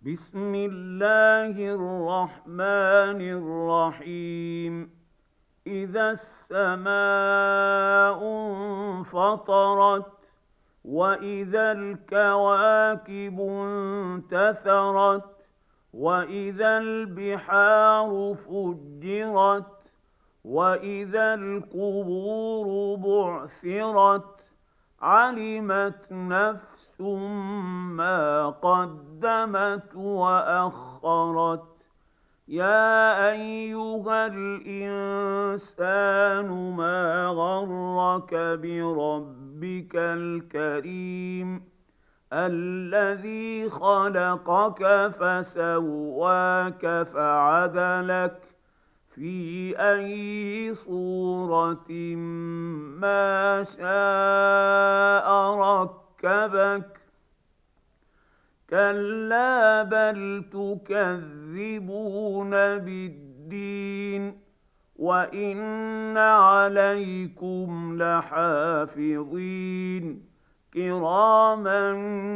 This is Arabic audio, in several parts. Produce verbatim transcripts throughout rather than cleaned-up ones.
بسم الله الرحمن الرحيم. إذا السماء انفطرت وإذا الكواكب انتثرت وإذا البحار فجرت وإذا القبور بعثرت علمت نفس ما قدمت وأخرت. يا أيها الإنسان ما غرك بربك الكريم الذي خلقك فسواك فعدلك في أي صورة ما شاء ركبك. كلا بل تكذبون بالدين وإن عليكم لحافظين كراما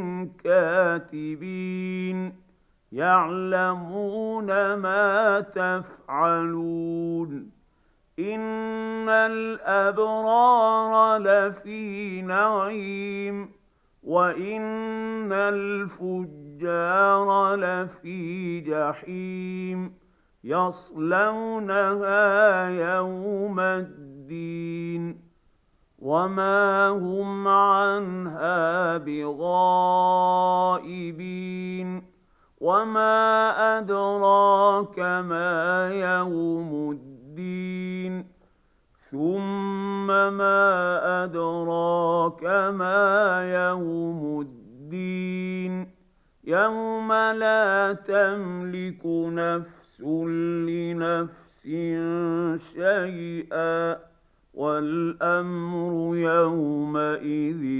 كاتبين يعلمون ما تفعلون. إن الأبرار لفي نعيم وإن الفجار لفي جحيم يصلونها يوم الدين وما هم عنها بغائبين. وما أدراك ما يوم الدين ثم ما أدراك ما يوم الدين يوم لا تملك نفس لنفس شيئا والأمر يومئذ